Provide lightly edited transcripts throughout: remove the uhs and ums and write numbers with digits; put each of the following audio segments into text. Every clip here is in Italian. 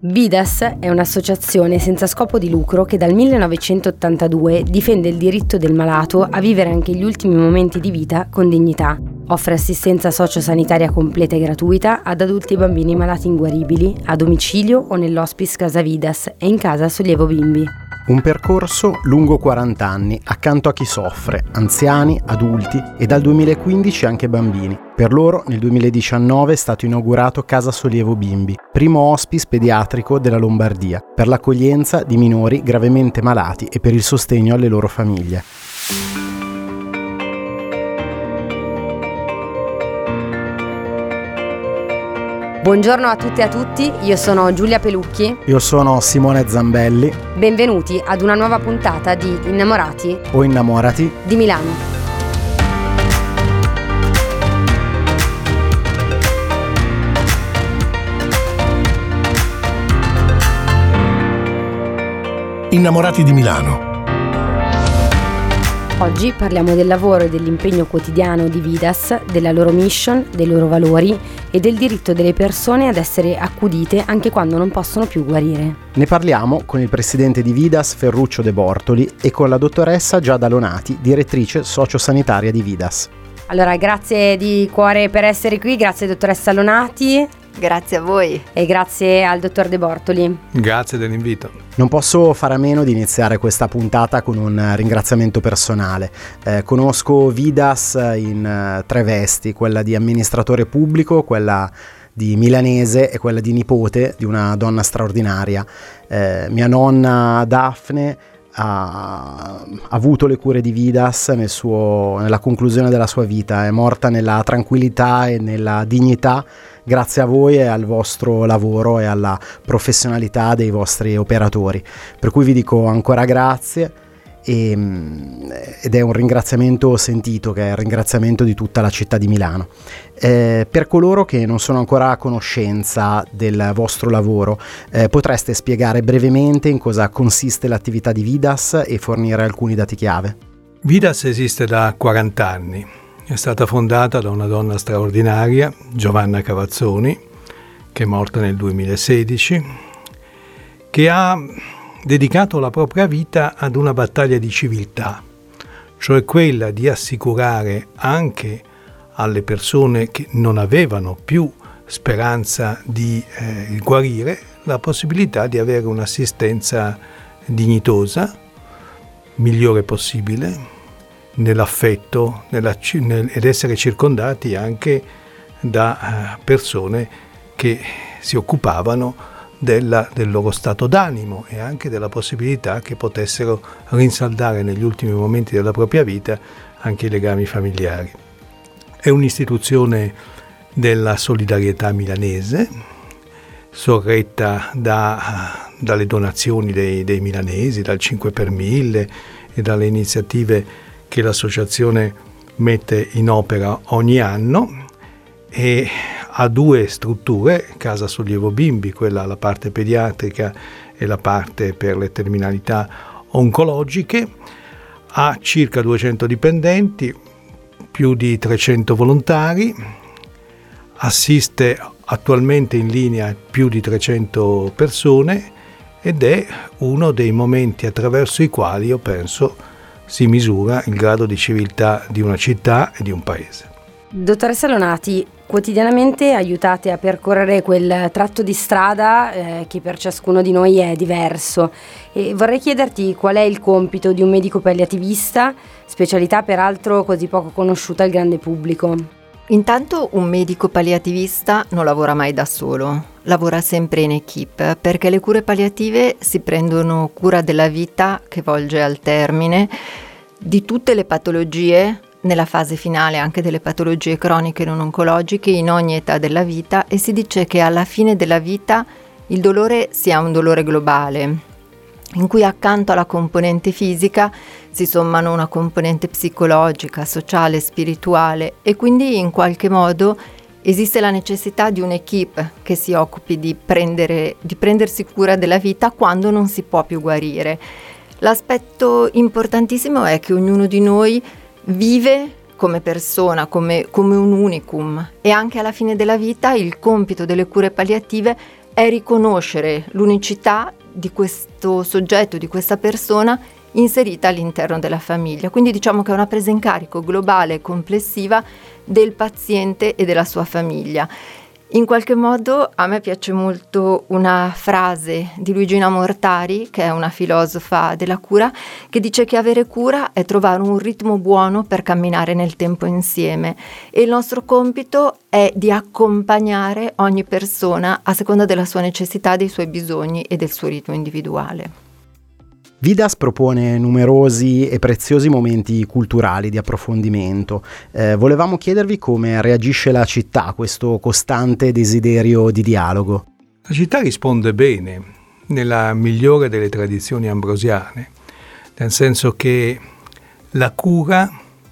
Vidas è un'associazione senza scopo di lucro che dal 1982 difende il diritto del malato a vivere anche gli ultimi momenti di vita con dignità. Offre assistenza sociosanitaria completa e gratuita ad adulti e bambini malati inguaribili, a domicilio o nell'hospice Casa Vidas e in casa Sollievo Bimbi. Un percorso lungo 40 anni, accanto a chi soffre, anziani, adulti e dal 2015 anche bambini. Per loro nel 2019 è stato inaugurato Casa Sollievo Bimbi, primo hospice pediatrico della Lombardia, per l'accoglienza di minori gravemente malati e per il sostegno alle loro famiglie. Buongiorno a tutte e a tutti, io sono Giulia Pelucchi. Io sono Simone Zambelli. Benvenuti ad una nuova puntata di Innamorati o Innamorati di Milano. Innamorati di Milano. Oggi parliamo del lavoro e dell'impegno quotidiano di Vidas, della loro mission, dei loro valori e del diritto delle persone ad essere accudite anche quando non possono più guarire. Ne parliamo con il presidente di Vidas, Ferruccio De Bortoli, e con la dottoressa Giada Lonati, direttrice sociosanitaria di Vidas. Allora, grazie di cuore per essere qui, grazie dottoressa Lonati. Grazie a voi. E grazie al dottor De Bortoli. Grazie dell'invito. Non posso fare a meno di iniziare questa puntata con un ringraziamento personale. Conosco Vidas in tre vesti, quella di amministratore pubblico, quella di milanese e quella di nipote di una donna straordinaria. Mia nonna Daphne ha avuto le cure di Vidas nella conclusione della sua vita, è morta nella tranquillità e nella dignità grazie a voi e al vostro lavoro e alla professionalità dei vostri operatori, per cui vi dico ancora grazie ed è un ringraziamento sentito, che è il ringraziamento di tutta la città di Milano. Per coloro che non sono ancora a conoscenza del vostro lavoro, potreste spiegare brevemente in cosa consiste l'attività di Vidas e fornire alcuni dati chiave? Vidas esiste da 40 anni. È stata fondata da una donna straordinaria, Giovanna Cavazzoni, che è morta nel 2016, che ha dedicato la propria vita ad una battaglia di civiltà, cioè quella di assicurare anche alle persone che non avevano più speranza di guarire la possibilità di avere un'assistenza dignitosa, migliore possibile, nell'affetto ed essere circondati anche da persone che si occupavano del loro stato d'animo e anche della possibilità che potessero rinsaldare negli ultimi momenti della propria vita anche i legami familiari. È un'istituzione della solidarietà milanese, sorretta dalle donazioni dei milanesi, dal 5 per 1000 e dalle iniziative che l'associazione mette in opera ogni anno, e ha due strutture, Casa Sollievo Bimbi, quella la parte pediatrica e la parte per le terminalità oncologiche, ha circa 200 dipendenti, più di 300 volontari, assiste attualmente in linea più di 300 persone ed è uno dei momenti attraverso i quali io penso si misura il grado di civiltà di una città e di un paese. Dottoressa Lonati, quotidianamente aiutate a percorrere quel tratto di strada che per ciascuno di noi è diverso, e vorrei chiederti qual è il compito di un medico palliativista, specialità peraltro così poco conosciuta al grande pubblico. Intanto un medico palliativista non lavora mai da solo, lavora sempre in equipe, perché le cure palliative si prendono cura della vita che volge al termine, di tutte le patologie, nella fase finale anche delle patologie croniche non oncologiche in ogni età della vita, e si dice che alla fine della vita il dolore sia un dolore globale, in cui accanto alla componente fisica si sommano una componente psicologica, sociale, spirituale, e quindi in qualche modo esiste la necessità di un'equipe che si occupi di prendersi cura della vita quando non si può più guarire. L'aspetto importantissimo è che ognuno di noi vive come persona, come un unicum, e anche alla fine della vita il compito delle cure palliative è riconoscere l'unicità di questo soggetto, di questa persona inserita all'interno della famiglia. Quindi diciamo che è una presa in carico globale e complessiva del paziente e della sua famiglia. In qualche modo a me piace molto una frase di Luigina Mortari, che è una filosofa della cura, che dice che avere cura è trovare un ritmo buono per camminare nel tempo insieme, e il nostro compito è di accompagnare ogni persona a seconda della sua necessità, dei suoi bisogni e del suo ritmo individuale. Vidas propone numerosi e preziosi momenti culturali di approfondimento. Volevamo chiedervi come reagisce la città a questo costante desiderio di dialogo. La città risponde bene, nella migliore delle tradizioni ambrosiane, nel senso che la cura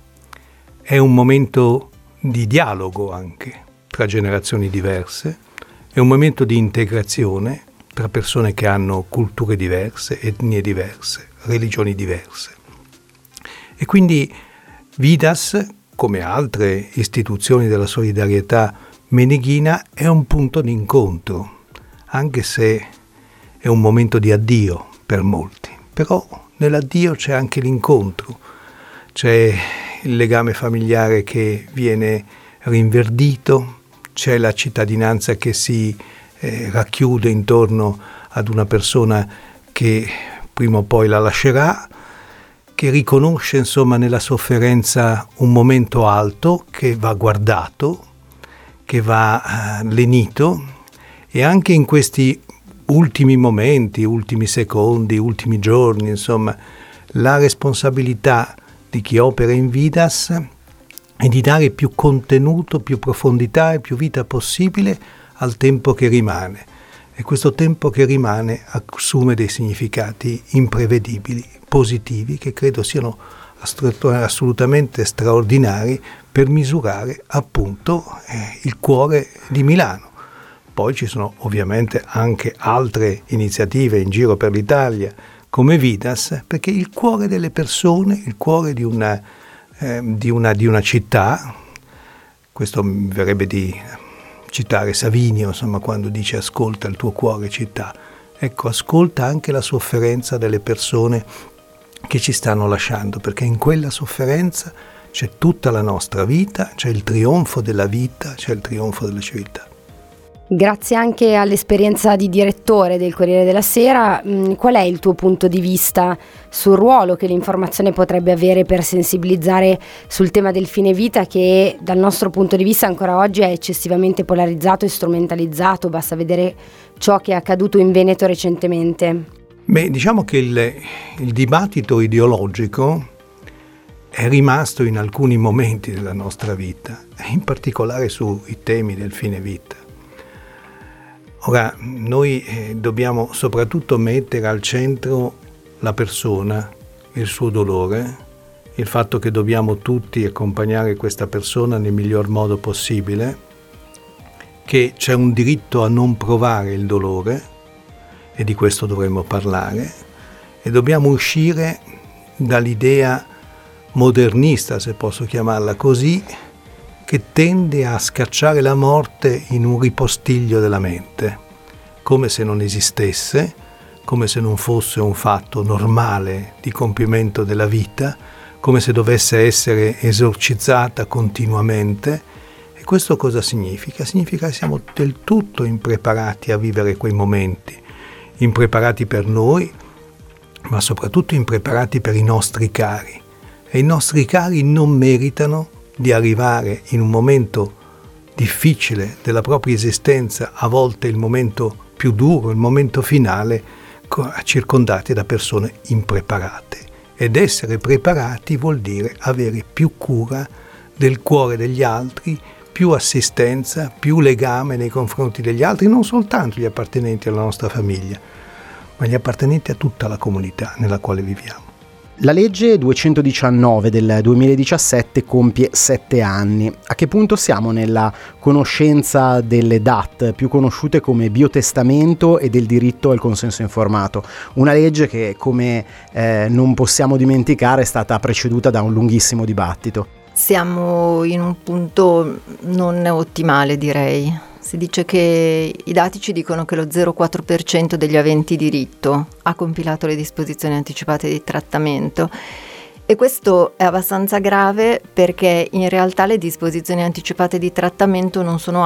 è un momento di dialogo anche tra generazioni diverse, è un momento di integrazione tra persone che hanno culture diverse, etnie diverse, religioni diverse. E quindi Vidas, come altre istituzioni della solidarietà meneghina, è un punto di incontro, anche se è un momento di addio per molti. Però nell'addio c'è anche l'incontro, c'è il legame familiare che viene rinverdito, c'è la cittadinanza che si racchiude intorno ad una persona che prima o poi la lascerà, che riconosce insomma nella sofferenza un momento alto che va guardato, che va lenito, e anche in questi ultimi momenti, ultimi secondi, ultimi giorni, insomma, la responsabilità di chi opera in Vidas è di dare più contenuto, più profondità e più vita possibile al tempo che rimane, e questo tempo che rimane assume dei significati imprevedibili, positivi, che credo siano assolutamente straordinari per misurare appunto il cuore di Milano. Poi ci sono ovviamente anche altre iniziative in giro per l'Italia come Vidas, perché il cuore delle persone, il cuore di una città, questo mi verrebbe di citare Savinio, insomma, quando dice ascolta il tuo cuore città. Ecco, ascolta anche la sofferenza delle persone che ci stanno lasciando, perché in quella sofferenza c'è tutta la nostra vita, c'è il trionfo della vita, c'è il trionfo della civiltà. Grazie anche all'esperienza di direttore del Corriere della Sera, qual è il tuo punto di vista sul ruolo che l'informazione potrebbe avere per sensibilizzare sul tema del fine vita, che dal nostro punto di vista ancora oggi è eccessivamente polarizzato e strumentalizzato? Basta vedere ciò che è accaduto in Veneto recentemente. Beh, diciamo che il dibattito ideologico è rimasto in alcuni momenti della nostra vita, in particolare sui temi del fine vita. Ora, noi dobbiamo soprattutto mettere al centro la persona, il suo dolore, il fatto che dobbiamo tutti accompagnare questa persona nel miglior modo possibile, che c'è un diritto a non provare il dolore, e di questo dovremmo parlare, e dobbiamo uscire dall'idea modernista, se posso chiamarla così, che tende a scacciare la morte in un ripostiglio della mente, come se non esistesse, come se non fosse un fatto normale di compimento della vita, come se dovesse essere esorcizzata continuamente. E questo cosa significa? Significa che siamo del tutto impreparati a vivere quei momenti, impreparati per noi, ma soprattutto impreparati per i nostri cari. E i nostri cari non meritano di arrivare in un momento difficile della propria esistenza, a volte il momento più duro, il momento finale, circondati da persone impreparate. Ed essere preparati vuol dire avere più cura del cuore degli altri, più assistenza, più legame nei confronti degli altri, non soltanto gli appartenenti alla nostra famiglia, ma gli appartenenti a tutta la comunità nella quale viviamo. La legge 219 del 2017 compie 7 anni. A che punto siamo nella conoscenza delle DAT, più conosciute come biotestamento, e del diritto al consenso informato? Una legge che, come non possiamo dimenticare, è stata preceduta da un lunghissimo dibattito. Siamo in un punto non ottimale, direi. Si dice che i dati ci dicono che lo 0,4% degli aventi diritto ha compilato le disposizioni anticipate di trattamento. E questo è abbastanza grave perché in realtà le disposizioni anticipate di trattamento non sono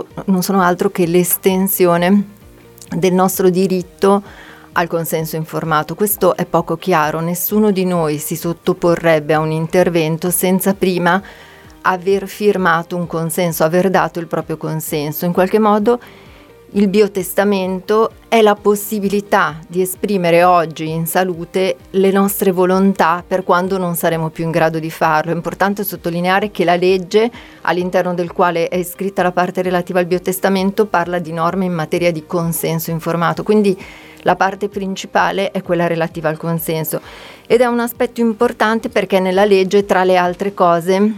altro che l'estensione del nostro diritto al consenso informato. Questo è poco chiaro, nessuno di noi si sottoporrebbe a un intervento senza prima aver firmato un consenso, aver dato il proprio consenso. In qualche modo il biotestamento è la possibilità di esprimere oggi in salute le nostre volontà per quando non saremo più in grado di farlo. È importante sottolineare che la legge all'interno del quale è iscritta la parte relativa al biotestamento parla di norme in materia di consenso informato, quindi la parte principale è quella relativa al consenso ed è un aspetto importante perché nella legge, tra le altre cose,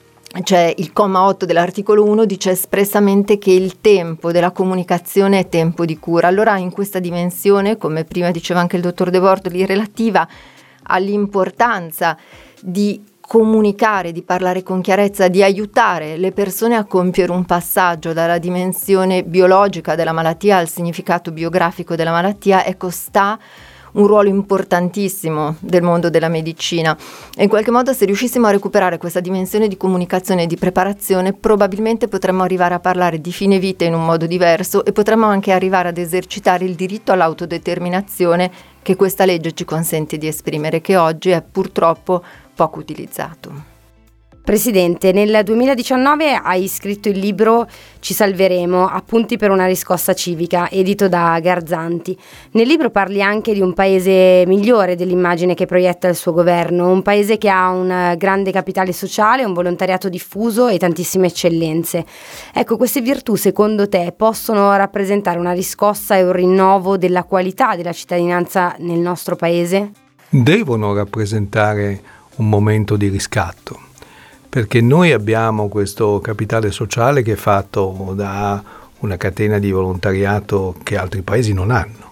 c'è il comma 8 dell'articolo 1 dice espressamente che il tempo della comunicazione è tempo di cura. Allora in questa dimensione, come prima diceva anche il dottor De Bortoli, relativa all'importanza di comunicare, di parlare con chiarezza, di aiutare le persone a compiere un passaggio dalla dimensione biologica della malattia al significato biografico della malattia, ecco, sta un ruolo importantissimo del mondo della medicina e in qualche modo se riuscissimo a recuperare questa dimensione di comunicazione e di preparazione probabilmente potremmo arrivare a parlare di fine vita in un modo diverso e potremmo anche arrivare ad esercitare il diritto all'autodeterminazione che questa legge ci consente di esprimere, che oggi è purtroppo poco utilizzato. Presidente, nel 2019 hai scritto il libro Ci salveremo, appunti per una riscossa civica, edito da Garzanti. Nel libro parli anche di un paese migliore dell'immagine che proietta il suo governo, un paese che ha un grande capitale sociale, un volontariato diffuso e tantissime eccellenze. Ecco, queste virtù secondo te possono rappresentare una riscossa e un rinnovo della qualità della cittadinanza nel nostro paese? Devono rappresentare un momento di riscatto. Perché noi abbiamo questo capitale sociale che è fatto da una catena di volontariato che altri paesi non hanno.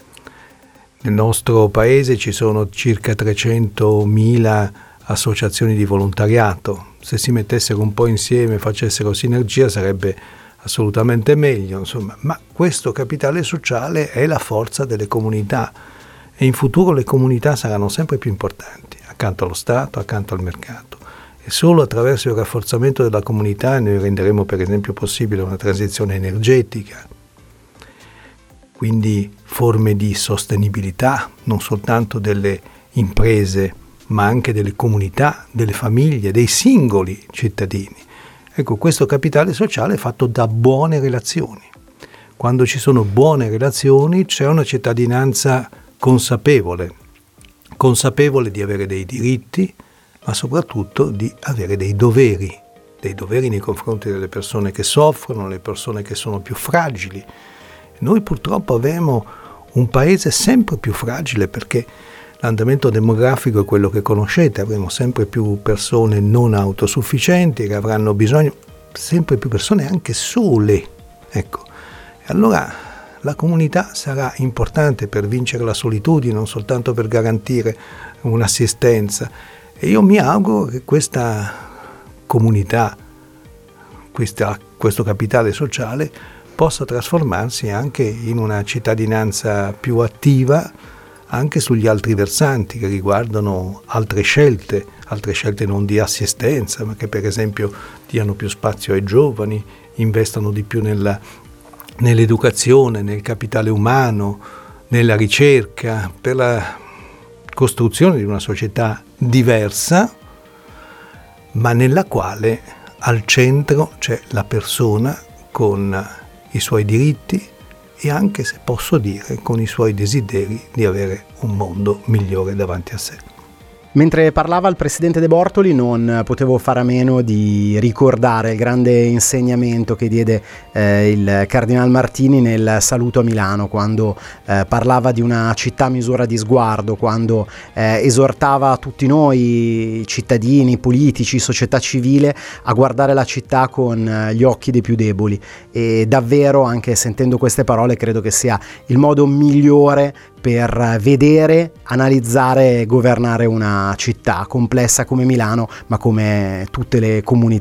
Nel nostro paese ci sono circa 300.000 associazioni di volontariato. Se si mettessero un po' insieme e facessero sinergia sarebbe assolutamente meglio, insomma. Ma questo capitale sociale è la forza delle comunità e in futuro le comunità saranno sempre più importanti, accanto allo Stato, accanto al mercato. E solo attraverso il rafforzamento della comunità noi renderemo per esempio possibile una transizione energetica, quindi forme di sostenibilità non soltanto delle imprese ma anche delle comunità, delle famiglie, dei singoli cittadini. Ecco, questo capitale sociale è fatto da buone relazioni. Quando ci sono buone relazioni c'è una cittadinanza consapevole di avere dei diritti, ma soprattutto di avere dei doveri nei confronti delle persone che soffrono, le persone che sono più fragili. Noi purtroppo avremo un paese sempre più fragile perché l'andamento demografico è quello che conoscete, avremo sempre più persone non autosufficienti che avranno bisogno, sempre più persone anche sole. Ecco, e allora la comunità sarà importante per vincere la solitudine, non soltanto per garantire un'assistenza. E io mi auguro che questa comunità, questo capitale sociale possa trasformarsi anche in una cittadinanza più attiva anche sugli altri versanti che riguardano altre scelte non di assistenza, ma che per esempio diano più spazio ai giovani, investano di più nell'educazione, nel capitale umano, nella ricerca, per la costruzione di una società diversa, ma nella quale al centro c'è la persona con i suoi diritti e anche, se posso dire, con i suoi desideri di avere un mondo migliore davanti a sé. Mentre parlava il presidente De Bortoli non potevo fare a meno di ricordare il grande insegnamento che diede il Cardinal Martini nel saluto a Milano, quando parlava di una città a misura di sguardo, quando esortava tutti noi cittadini, politici, società civile a guardare la città con gli occhi dei più deboli. E davvero, anche sentendo queste parole, credo che sia il modo migliore per vedere, analizzare e governare una città complessa come Milano, ma come tutte le comunità.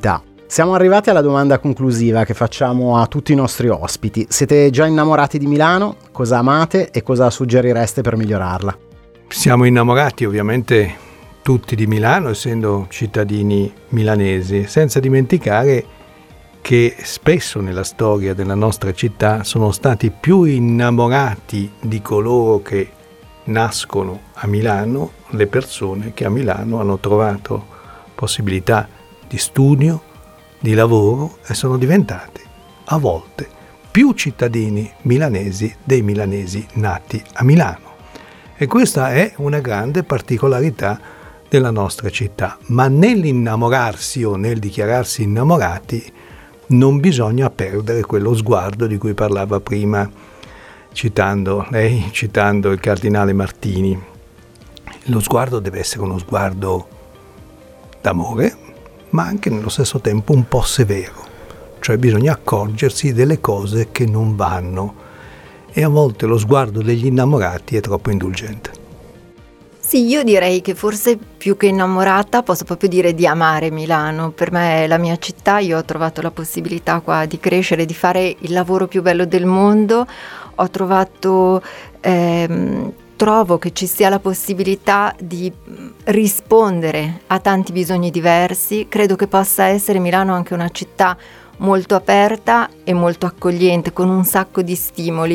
Siamo arrivati alla domanda conclusiva che facciamo a tutti i nostri ospiti. Siete già innamorati di Milano? Cosa amate e cosa suggerireste per migliorarla? Siamo innamorati ovviamente tutti di Milano, essendo cittadini milanesi, senza dimenticare che spesso nella storia della nostra città sono stati più innamorati di coloro che nascono a Milano le persone che a Milano hanno trovato possibilità di studio, di lavoro e sono diventate a volte più cittadini milanesi dei milanesi nati a Milano. E questa è una grande particolarità della nostra città. Ma nell'innamorarsi o nel dichiararsi innamorati non bisogna perdere quello sguardo di cui parlava prima citando il cardinale Martini. Lo sguardo deve essere uno sguardo d'amore, ma anche nello stesso tempo un po' severo, cioè bisogna accorgersi delle cose che non vanno e a volte lo sguardo degli innamorati è troppo indulgente. Sì, io direi che forse più che innamorata posso proprio dire di amare Milano. Per me è la mia città, io ho trovato la possibilità qua di crescere, di fare il lavoro più bello del mondo, ho trovato trovo che ci sia la possibilità di rispondere a tanti bisogni diversi. Credo che possa essere Milano anche una città molto aperta e molto accogliente, con un sacco di stimoli.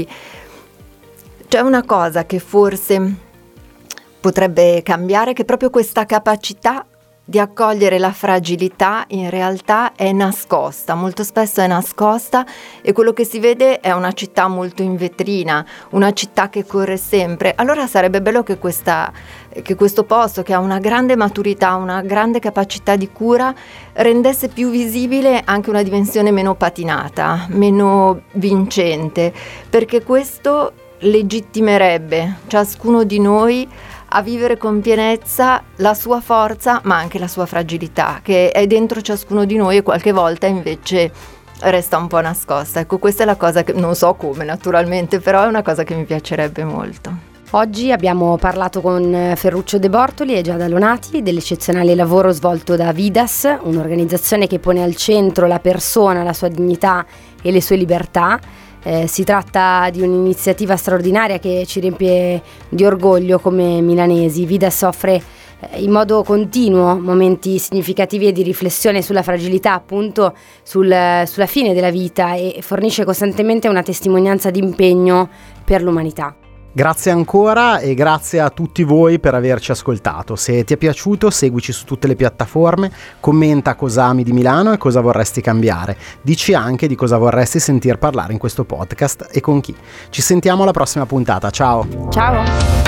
C'è una cosa che forse potrebbe cambiare, che proprio questa capacità di accogliere la fragilità in realtà è nascosta, molto spesso è nascosta, e quello che si vede è una città molto in vetrina, una città che corre sempre. Allora sarebbe bello che questo posto, che ha una grande maturità, una grande capacità di cura, rendesse più visibile anche una dimensione meno patinata, meno vincente, perché questo legittimerebbe ciascuno di noi a vivere con pienezza la sua forza, ma anche la sua fragilità, che è dentro ciascuno di noi e qualche volta invece resta un po' nascosta. Ecco, questa è la cosa che non so come naturalmente, però è una cosa che mi piacerebbe molto. Oggi abbiamo parlato con Ferruccio De Bortoli e Giada Lonati dell'eccezionale lavoro svolto da Vidas, un'organizzazione che pone al centro la persona, la sua dignità e le sue libertà. Si tratta di un'iniziativa straordinaria che ci riempie di orgoglio come milanesi. Vidas offre in modo continuo momenti significativi e di riflessione sulla fragilità, appunto sulla fine della vita, e fornisce costantemente una testimonianza di impegno per l'umanità. Grazie ancora e grazie a tutti voi per averci ascoltato. Se ti è piaciuto, seguici su tutte le piattaforme, commenta cosa ami di Milano e cosa vorresti cambiare. Dici anche di cosa vorresti sentir parlare in questo podcast e con chi. Ci sentiamo alla prossima puntata. Ciao! Ciao!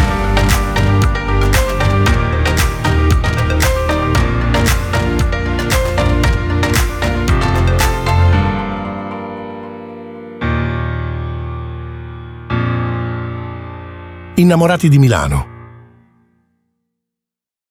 Innamorati di Milano.